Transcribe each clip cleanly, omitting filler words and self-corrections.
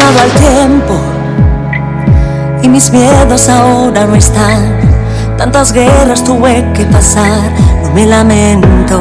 ganado al tiempo y mis miedos ahora no están. Tantas guerras tuve que pasar, no me lamento.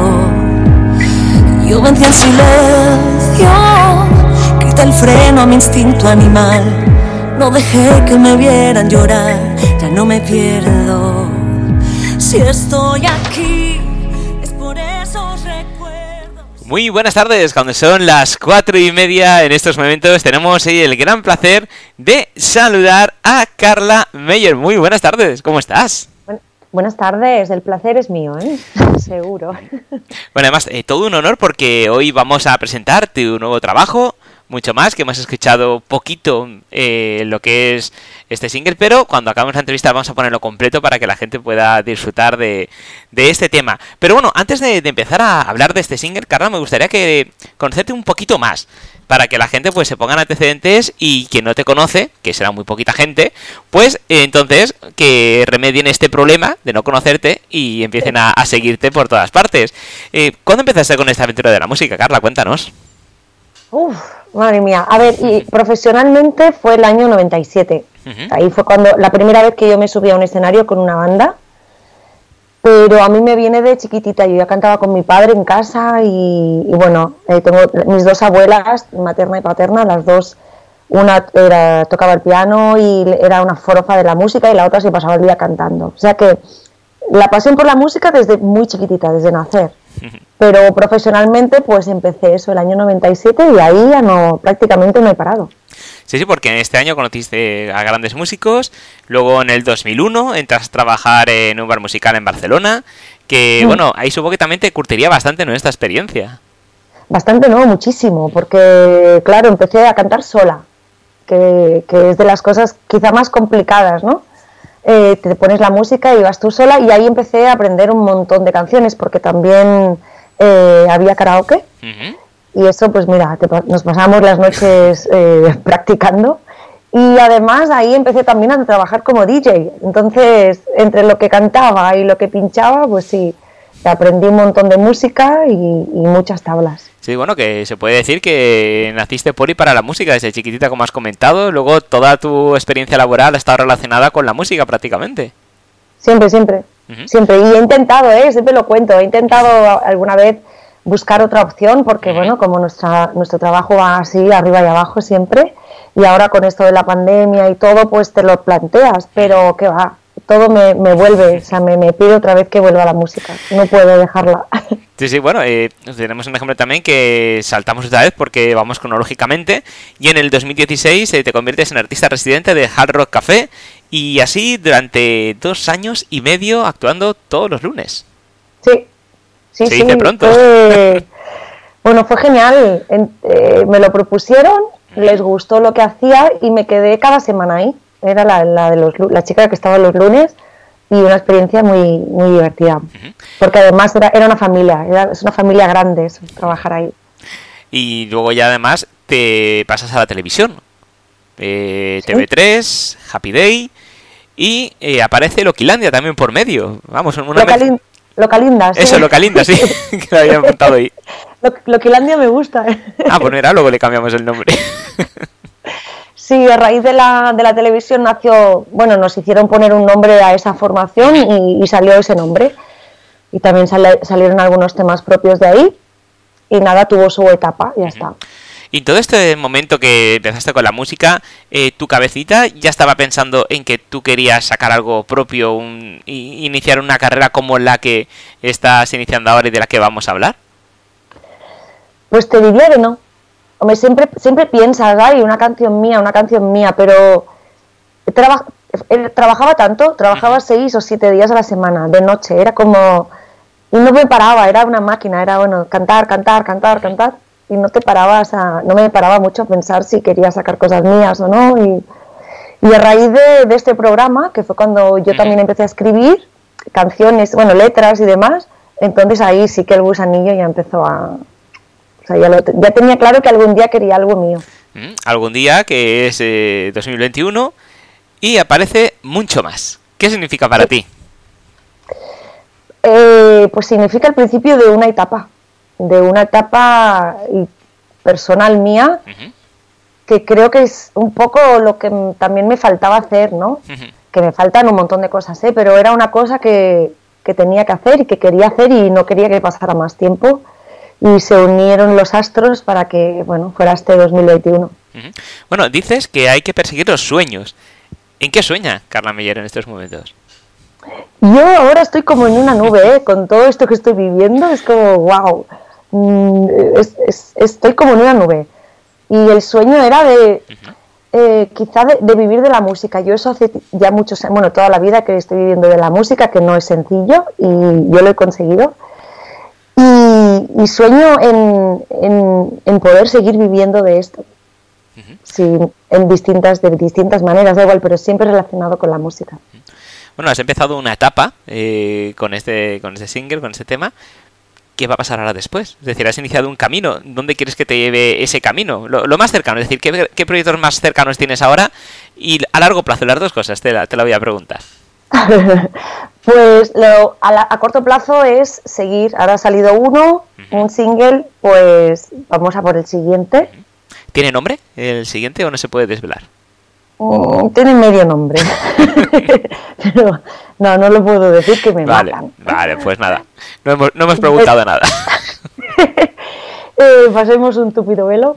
Yo vencí en silencio, quité el freno a mi instinto animal. No dejé que me vieran llorar, ya no me pierdo. Si estoy aquí, es por esos recuerdos. Muy buenas tardes, cuando son las 4:30 en estos momentos tenemos el gran placer de saludar a Carla Meyer. Muy buenas tardes, ¿cómo estás? Buenas tardes, el placer es mío, ¿eh? Seguro. Bueno, además, todo un honor porque hoy vamos a presentarte un nuevo trabajo, mucho más, que hemos escuchado poquito lo que es este single, pero cuando acabemos la entrevista vamos a ponerlo completo para que la gente pueda disfrutar de este tema. Pero bueno, antes de empezar a hablar de este single, Carla, me gustaría conocerte un poquito más, para que la gente pues se pongan antecedentes y quien no te conoce, que será muy poquita gente, pues entonces que remedien este problema de no conocerte y empiecen a seguirte por todas partes. ¿Cuándo empezaste con esta aventura de la música, Carla? Cuéntanos. Uf, madre mía. A ver, y profesionalmente fue el año 97. Ahí fue cuando la primera vez que yo me subí a un escenario con una banda. Pero a mí me viene de chiquitita, yo ya cantaba con mi padre en casa y bueno, tengo mis dos abuelas, materna y paterna, las dos, una tocaba el piano y era una forofa de la música y la otra se pasaba el día cantando. O sea que la pasión por la música desde muy chiquitita, desde nacer. Pero profesionalmente pues empecé eso el año 97 y ahí ya prácticamente no he parado. Sí, porque en este año conociste a grandes músicos, luego en el 2001 entras a trabajar en un bar musical en Barcelona, que bueno, ahí supongo que también te curtiría bastante, ¿no?, esta experiencia. Bastante, no, muchísimo, porque claro, empecé a cantar sola, que es de las cosas quizá más complicadas, ¿no? Te pones la música y vas tú sola y ahí empecé a aprender un montón de canciones, porque también había karaoke. Y eso, pues mira, nos pasamos las noches practicando. Y además ahí empecé también a trabajar como DJ. Entonces, entre lo que cantaba y lo que pinchaba, pues sí, aprendí un montón de música y muchas tablas. Sí, bueno, que se puede decir que naciste por y para la música desde chiquitita, como has comentado. Luego toda tu experiencia laboral ha estado relacionada con la música prácticamente. Siempre. Siempre. Y he intentado, siempre lo cuento, he intentado alguna vez buscar otra opción, porque bueno, como nuestro trabajo va así arriba y abajo siempre, y ahora con esto de la pandemia y todo, pues te lo planteas, pero qué va, todo me vuelve, o sea, me pide otra vez que vuelva a la música, no puedo dejarla. Sí, bueno, tenemos un ejemplo también que saltamos otra vez porque vamos cronológicamente, y en el 2016 te conviertes en artista residente de Hard Rock Café, y así durante 2 años y medio actuando todos los lunes. Sí, se dice pronto. Bueno, fue genial. Me lo propusieron, les gustó lo que hacía y me quedé cada semana ahí. Era la chica que estaba los lunes y una experiencia muy, muy divertida. Porque además era una familia, es una familia grande eso, trabajar ahí. Y luego ya además te pasas a la televisión. TV3, Happy Day y aparece Loquilandia también por medio. Vamos, Localinda, sí. Eso, Localinda, sí, que lo había apuntado ahí. Loquilandia me gusta. Pues mira, luego le cambiamos el nombre. Sí, a raíz de la televisión nació, bueno, nos hicieron poner un nombre a esa formación y salió ese nombre. Y también salieron algunos temas propios de ahí y nada, tuvo su etapa, ya está. Y en todo este momento que empezaste con la música, ¿tu cabecita ya estaba pensando en que tú querías sacar algo propio, iniciar una carrera como la que estás iniciando ahora y de la que vamos a hablar? Pues te diría que no. Hombre, siempre piensas, una canción mía, pero trabajaba tanto, trabajaba 6 o 7 días a la semana, de noche, era como... Y no me paraba, era una máquina, era bueno, cantar, y no me paraba mucho a pensar si quería sacar cosas mías o no, y a raíz de este programa, que fue cuando yo también empecé a escribir canciones, bueno, letras y demás, entonces ahí sí que el gusanillo ya empezó a... O sea, ya tenía claro que algún día quería algo mío. Algún día, que es 2021, y aparece Mucho Más. ¿Qué significa para ti? Pues significa el principio de una etapa personal mía, que creo que es un poco lo que también me faltaba hacer, ¿no? Que me faltan un montón de cosas, pero era una cosa que tenía que hacer y que quería hacer y no quería que pasara más tiempo, y se unieron los astros para que, bueno, fuera este 2021. Bueno, dices que hay que perseguir los sueños. ¿En qué sueña Carla Meyer en estos momentos? Yo ahora estoy como en una nube, con todo esto que estoy viviendo, es como, wow, estoy como en una nube. Y el sueño era de, quizá de vivir de la música. Yo eso hace ya muchos años, bueno, toda la vida que estoy viviendo de la música, que no es sencillo, y yo lo he conseguido. Y sueño en poder seguir viviendo de esto. Sí, de distintas maneras, da igual, pero siempre relacionado con la música. Bueno, has empezado una etapa con este single, con este tema. ¿Qué va a pasar ahora después? Es decir, has iniciado un camino. ¿Dónde quieres que te lleve ese camino? Lo más cercano, es decir, ¿qué proyectos más cercanos tienes ahora? Y a largo plazo, las dos cosas, te la voy a preguntar. Pues a corto plazo es seguir. Ahora ha salido un single, pues vamos a por el siguiente. ¿Tiene nombre el siguiente o no se puede desvelar? Tiene medio nombre. Pero no lo puedo decir, que me matan. Vale, pues nada. No hemos preguntado nada. Pasemos un tupido velo.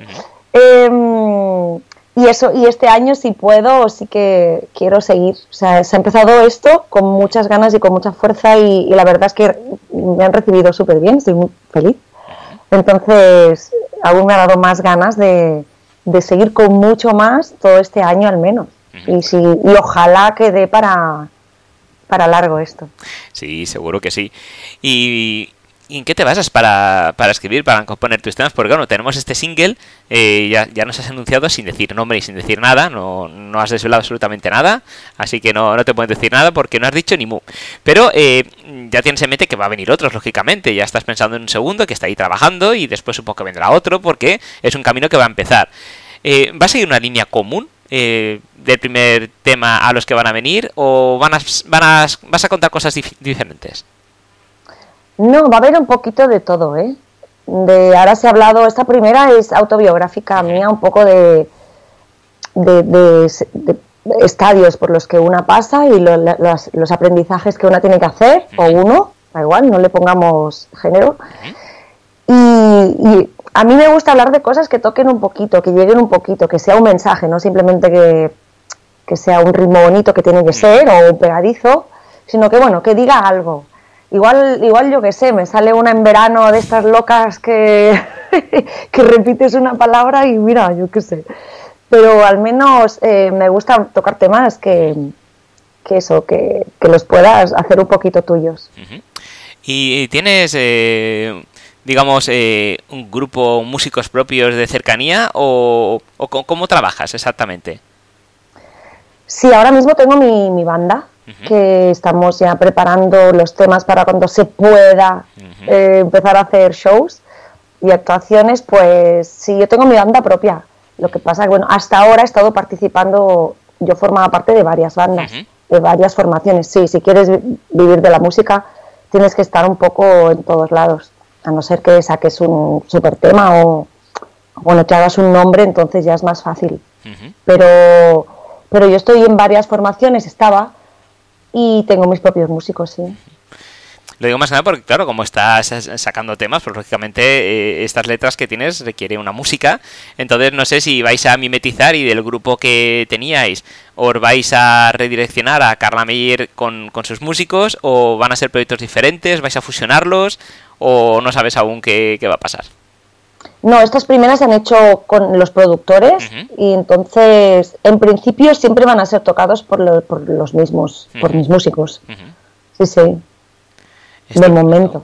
Y este año, si puedo, sí que quiero seguir. O sea, se ha empezado esto con muchas ganas y con mucha fuerza, y la verdad es que me han recibido súper bien, estoy muy feliz. Entonces, aún me ha dado más ganas de seguir con mucho más todo este año al menos. Y ojalá quede para largo esto. Sí, seguro que sí. ¿Y en qué te basas para escribir, para componer tus temas? Porque bueno, tenemos este single, ya nos has anunciado sin decir nombre y sin decir nada, no has desvelado absolutamente nada, así que no te puedes decir nada porque no has dicho ni mu. Pero ya tienes en mente que va a venir otros, lógicamente, ya estás pensando en un segundo que está ahí trabajando y después supongo que vendrá otro porque es un camino que va a empezar. ¿Va a seguir una línea común del primer tema a los que van a venir o vas a contar cosas diferentes? No, va a haber un poquito de todo, ¿eh? Ahora se ha hablado, esta primera es autobiográfica mía, un poco de estadios por los que una pasa y los aprendizajes que una tiene que hacer, o uno, da igual, no le pongamos género. Y a mí me gusta hablar de cosas que toquen un poquito, que lleguen un poquito, que sea un mensaje, no simplemente que sea un ritmo bonito que tiene que ser, o un pegadizo, sino que, bueno, que diga algo. Igual yo qué sé, me sale una en verano de estas locas que repites una palabra y mira, yo qué sé. Pero al menos me gusta tocar temas que los puedas hacer un poquito tuyos. ¿Y tienes, digamos, un grupo, músicos propios de cercanía o cómo trabajas exactamente? Sí, ahora mismo tengo mi banda, que estamos ya preparando los temas para cuando se pueda empezar a hacer shows y actuaciones. Pues sí, yo tengo mi banda propia. Lo que pasa es que, bueno, hasta ahora he estado participando, yo formaba parte de varias bandas, de varias formaciones. Sí, si quieres vivir de la música, tienes que estar un poco en todos lados, a no ser que saques un super tema o, bueno, que hagas un nombre, entonces ya es más fácil. Pero yo estoy en varias formaciones, y tengo mis propios músicos, sí. Lo digo más que nada porque, claro, como estás sacando temas, pues lógicamente estas letras que tienes requiere una música. Entonces no sé si vais a mimetizar y del grupo que teníais os vais a redireccionar a Carla Meyer con sus músicos, o van a ser proyectos diferentes, vais a fusionarlos, o no sabes aún qué va a pasar. No, estas primeras se han hecho con los productores y entonces, en principio, siempre van a ser tocados por los mismos, por mis músicos. Sí, sí. De momento.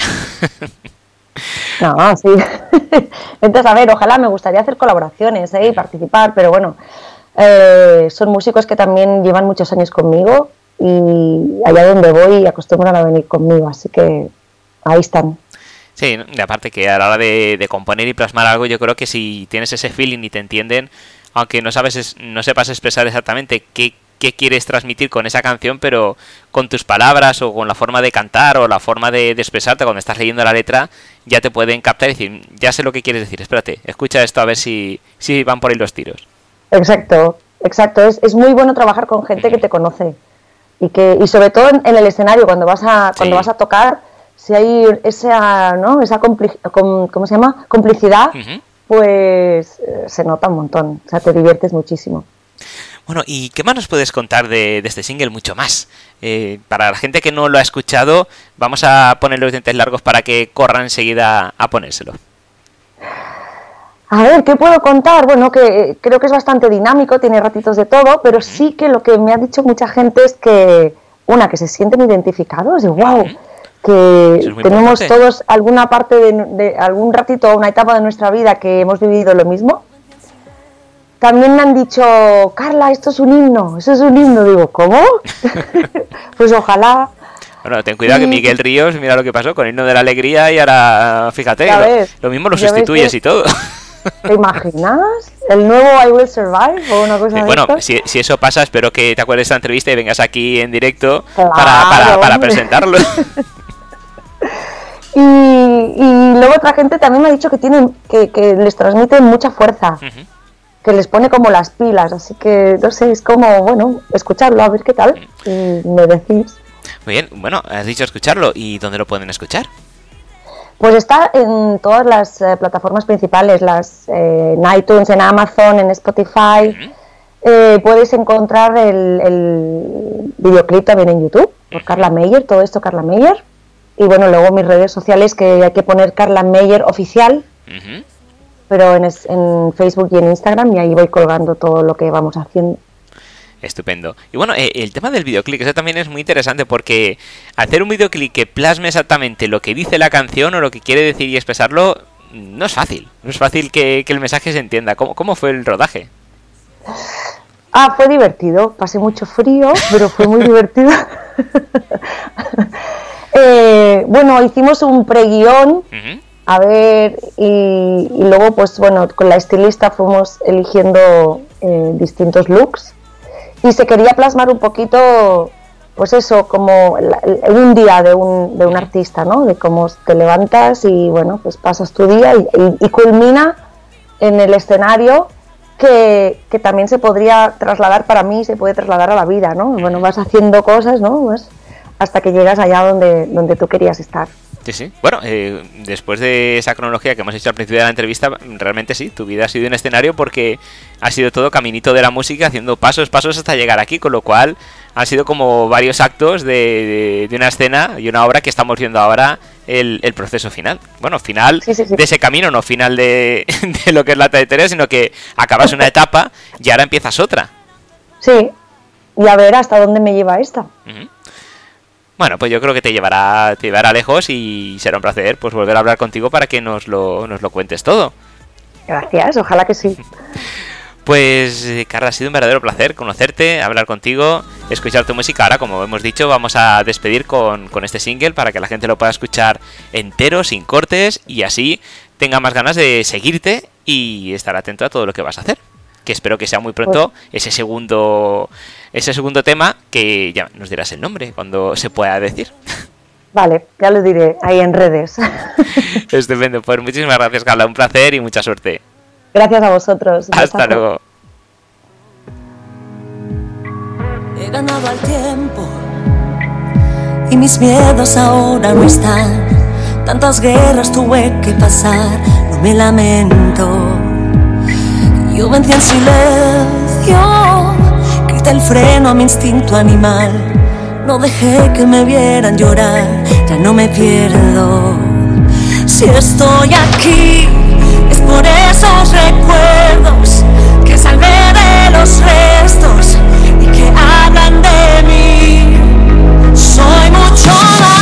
No, sí. Entonces, a ver, ojalá, me gustaría hacer colaboraciones y participar, pero bueno, son músicos que también llevan muchos años conmigo y allá donde voy acostumbran a venir conmigo, así que ahí están. Sí, y aparte que a la hora de componer y plasmar algo, yo creo que si tienes ese feeling y te entienden, aunque no sepas expresar exactamente qué quieres transmitir con esa canción, pero con tus palabras o con la forma de cantar o la forma de expresarte cuando estás leyendo la letra, ya te pueden captar y decir, ya sé lo que quieres decir, espérate, escucha esto a ver si van por ahí los tiros. Exacto. Es muy bueno trabajar con gente que te conoce y sobre todo en el escenario cuando vas a tocar, si hay esa, ¿no? esa ¿cómo se llama? Complicidad, pues se nota un montón, o sea, te diviertes muchísimo. Bueno, ¿y qué más nos puedes contar de este single? Mucho más. Para la gente que no lo ha escuchado, vamos a poner los dientes largos para que corran enseguida a ponérselo. A ver, ¿qué puedo contar? Bueno, que creo que es bastante dinámico, tiene ratitos de todo, pero sí que lo que me ha dicho mucha gente es que, que se sienten identificados, y wow, que tenemos todos alguna parte de algún ratito, una etapa de nuestra vida que hemos vivido lo mismo. También me han dicho, Carla, esto es un himno, digo, ¿cómo? Pues ojalá. Bueno, ten cuidado que Miguel Ríos, mira lo que pasó con el Himno de la Alegría y ahora, fíjate, lo mismo lo sustituyes y todo. ¿Te imaginas? ¿El nuevo I Will Survive o una cosa bueno, si eso pasa, espero que te acuerdes de esta entrevista y vengas aquí en directo claro, para presentarlo. y luego otra gente también me ha dicho que les transmite mucha fuerza, que les pone como las pilas, así que no sé, es como, bueno, escucharlo, a ver qué tal, y me decís. Muy bien, bueno, has dicho escucharlo, ¿y dónde lo pueden escuchar? Pues está en todas las plataformas principales, en iTunes, en Amazon, en Spotify. Puedes encontrar el videoclip también en YouTube, por Carla Meyer, todo esto Carla Meyer. Y bueno, luego mis redes sociales, que hay que poner Carla Meyer oficial, pero en Facebook y en Instagram, y ahí voy colgando todo lo que vamos haciendo. Estupendo. Y bueno, el tema del videoclip, eso también es muy interesante porque hacer un videoclip que plasme exactamente lo que dice la canción o lo que quiere decir y expresarlo no es fácil. No es fácil que el mensaje se entienda. ¿Cómo fue el rodaje? Fue divertido. Pasé mucho frío, pero fue muy divertido. Bueno, hicimos un preguión, a ver, y luego pues bueno, con la estilista fuimos eligiendo distintos looks. Y se quería plasmar un poquito, pues eso, como un día de un artista, ¿no? De cómo te levantas y, bueno, pues pasas tu día y culmina en el escenario que también se podría trasladar, para mí, se puede trasladar a la vida, ¿no? Bueno, vas haciendo cosas, ¿no? Pues hasta que llegas allá donde tú querías estar. Sí. Bueno, después de esa cronología que hemos hecho al principio de la entrevista, realmente sí, tu vida ha sido un escenario porque ha sido todo caminito de la música, haciendo pasos hasta llegar aquí, con lo cual han sido como varios actos de una escena y una obra que estamos viendo ahora el proceso final. Bueno, final sí. de ese camino, no final de lo que es la trayectoria, sino que acabas una etapa y ahora empiezas otra. Sí, y a ver hasta dónde me lleva esta. Bueno, pues yo creo que te llevará lejos y será un placer pues volver a hablar contigo para que nos lo cuentes todo. Gracias, ojalá que sí. Pues Carla, ha sido un verdadero placer conocerte, hablar contigo, escuchar tu música. Ahora, como hemos dicho, vamos a despedir con este single para que la gente lo pueda escuchar entero, sin cortes, y así tenga más ganas de seguirte y estar atento a todo lo que vas a hacer. Que espero que sea muy pronto ese segundo tema, que ya nos dirás el nombre cuando se pueda decir. Vale, ya lo diré ahí en redes. Estupendo, pues muchísimas gracias, Carla, un placer y mucha suerte. Gracias a vosotros. Hasta luego. He ganado al tiempo y mis miedos ahora no están. Tantas guerras tuve que pasar, no me lamento. Yo vencí en silencio, quité el freno a mi instinto animal. No dejé que me vieran llorar, ya no me pierdo. Si estoy aquí, es por esos recuerdos que salvé de los restos y que hablan de mí. Soy mucho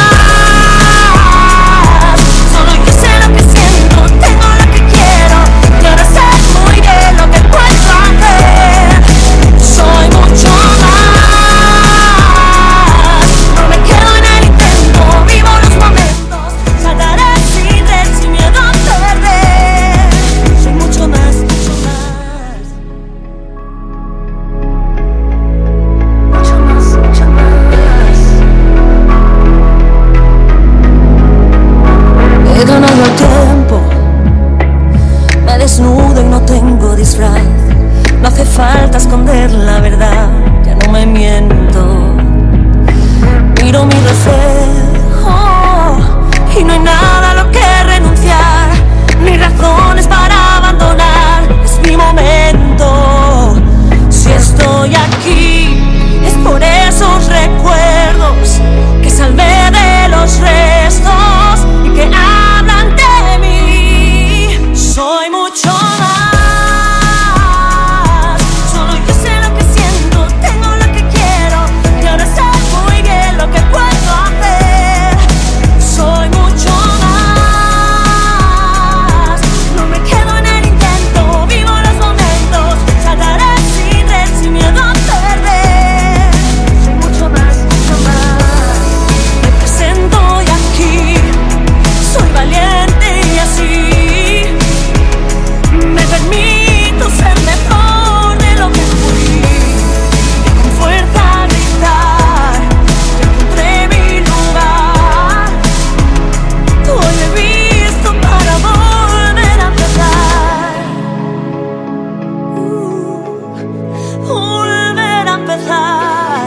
más, solo yo sé lo que siento, tengo lo que quiero, y ahora sé muy bien lo que puedo hacer. Soy mucho más, no me quedo en el intento, vivo los momentos, saltaré sin red, sin miedo a perder. Soy mucho más, mucho más. No hace falta esconder la verdad, ya no me miento. Miro mi reflejo y no hay nada a lo que renunciar, ni razones para abandonar. Es mi momento. Si estoy aquí es por esos recuerdos que salvé de los restos y que hablan de mí. Soy mucho más, solo yo sé lo que siento, tengo lo que quiero y ahora sé muy bien lo que puedo hacer. Soy mucho más, no me quedo en el intento, vivo los momentos, saltaré sin red, sin miedo a perder. Soy mucho más, me presento y aquí soy valiente y así me permito ser mejor de lo que fui. Y con fuerza gritar, ya encontré mi lugar. Hoy me he visto para volver a empezar. Volver a empezar.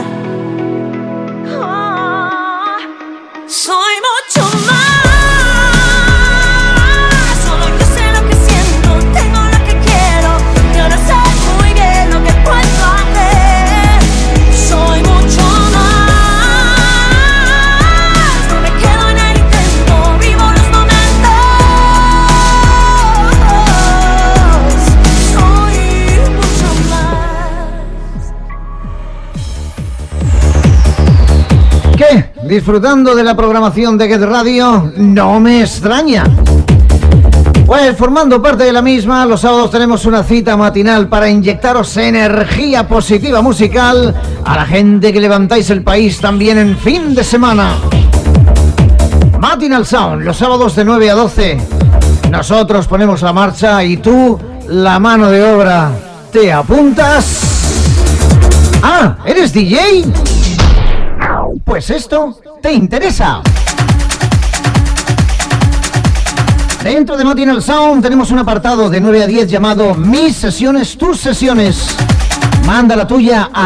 Soy mucho más, solo yo sé lo que siento, tengo lo que quiero y ahora sé muy bien lo que puedo hacer. Soy mucho más, no me quedo en el intento, vivo los momentos. Soy mucho más. ¿Qué? ¿Disfrutando de la programación de Get Radio? No me extraña. Pues formando parte de la misma, los sábados tenemos una cita matinal para inyectaros energía positiva musical a la gente que levantáis el país también en fin de semana. Matinal Sound, los sábados de 9 a 12. Nosotros ponemos la marcha y tú la mano de obra. ¿Te apuntas? Ah, ¿eres DJ? Pues esto te interesa. Dentro de Matinal Sound tenemos un apartado de 9 a 10 llamado Mis sesiones, tus sesiones. Manda la tuya a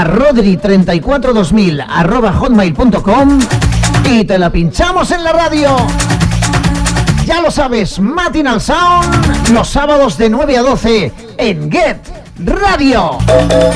rodri342000@hotmail.com y te la pinchamos en la radio. Ya lo sabes, Matinal Sound los sábados de 9 a 12 en Get Radio.